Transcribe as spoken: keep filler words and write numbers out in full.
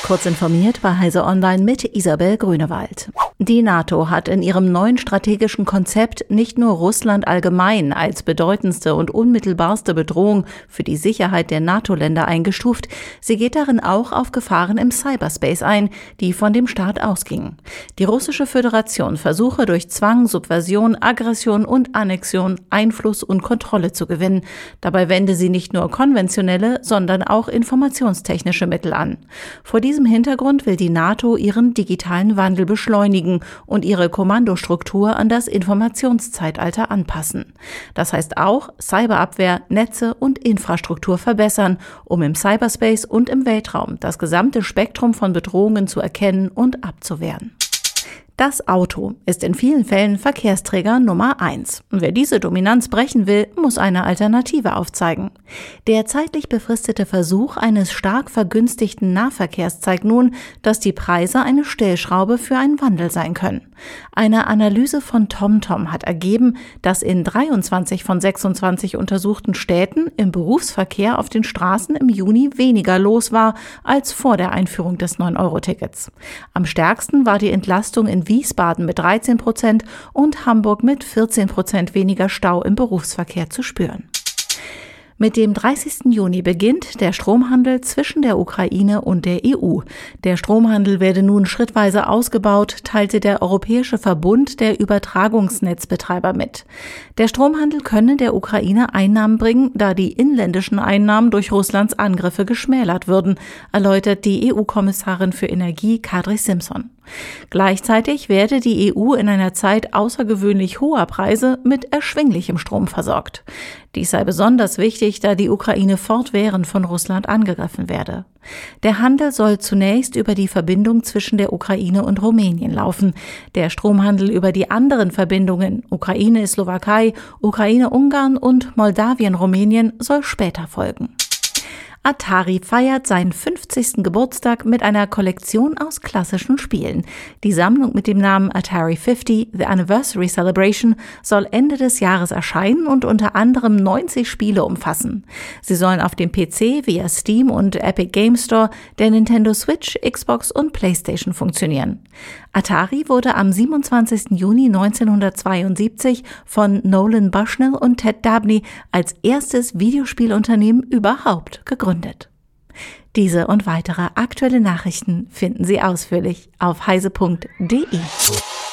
Kurz informiert bei Heise Online mit Isabel Grünewald. Die NATO hat in ihrem neuen strategischen Konzept nicht nur Russland allgemein als bedeutendste und unmittelbarste Bedrohung für die Sicherheit der NATO-Länder eingestuft, sie geht darin auch auf Gefahren im Cyberspace ein, die von dem Staat ausgingen. Die Russische Föderation versuche durch Zwang, Subversion, Aggression und Annexion Einfluss und Kontrolle zu gewinnen. Dabei wende sie nicht nur konventionelle, sondern auch informationstechnische Mittel an. Vor diesem Hintergrund will die NATO ihren digitalen Wandel beschleunigen und ihre Kommandostruktur an das Informationszeitalter anpassen. Das heißt auch Cyberabwehr, Netze und Infrastruktur verbessern, um im Cyberspace und im Weltraum das gesamte Spektrum von Bedrohungen zu erkennen und abzuwehren. Das Auto ist in vielen Fällen Verkehrsträger Nummer eins. Und wer diese Dominanz brechen will, muss eine Alternative aufzeigen. Der zeitlich befristete Versuch eines stark vergünstigten Nahverkehrs zeigt nun, dass die Preise eine Stellschraube für einen Wandel sein können. Eine Analyse von TomTom hat ergeben, dass in dreiundzwanzig von sechsundzwanzig untersuchten Städten im Berufsverkehr auf den Straßen im Juni weniger los war als vor der Einführung des neun Euro Tickets. Am stärksten war die Entlastung in Wiesbaden mit dreizehn Prozent und Hamburg mit vierzehn Prozent weniger Stau im Berufsverkehr zu spüren. Mit dem dreißigsten Juni beginnt der Stromhandel zwischen der Ukraine und der E U. Der Stromhandel werde nun schrittweise ausgebaut, teilte der Europäische Verbund der Übertragungsnetzbetreiber mit. Der Stromhandel könne der Ukraine Einnahmen bringen, da die inländischen Einnahmen durch Russlands Angriffe geschmälert würden, erläutert die E U-Kommissarin für Energie Kadri Simson. Gleichzeitig werde die E U in einer Zeit außergewöhnlich hoher Preise mit erschwinglichem Strom versorgt. Dies sei besonders wichtig, da die Ukraine fortwährend von Russland angegriffen werde. Der Handel soll zunächst über die Verbindung zwischen der Ukraine und Rumänien laufen. Der Stromhandel über die anderen Verbindungen Ukraine-Slowakei, Ukraine-Ungarn und Moldawien-Rumänien soll später folgen. Atari feiert seinen fünfzigsten Geburtstag mit einer Kollektion aus klassischen Spielen. Die Sammlung mit dem Namen Atari fünfzig, The Anniversary Celebration, soll Ende des Jahres erscheinen und unter anderem neunzig Spiele umfassen. Sie sollen auf dem P C via Steam und Epic Game Store, der Nintendo Switch, Xbox und PlayStation funktionieren. Atari wurde am siebenundzwanzigsten Juni neunzehnhundertzweiundsiebzig von Nolan Bushnell und Ted Dabney als erstes Videospielunternehmen überhaupt gegründet. Diese und weitere aktuelle Nachrichten finden Sie ausführlich auf heise punkt de.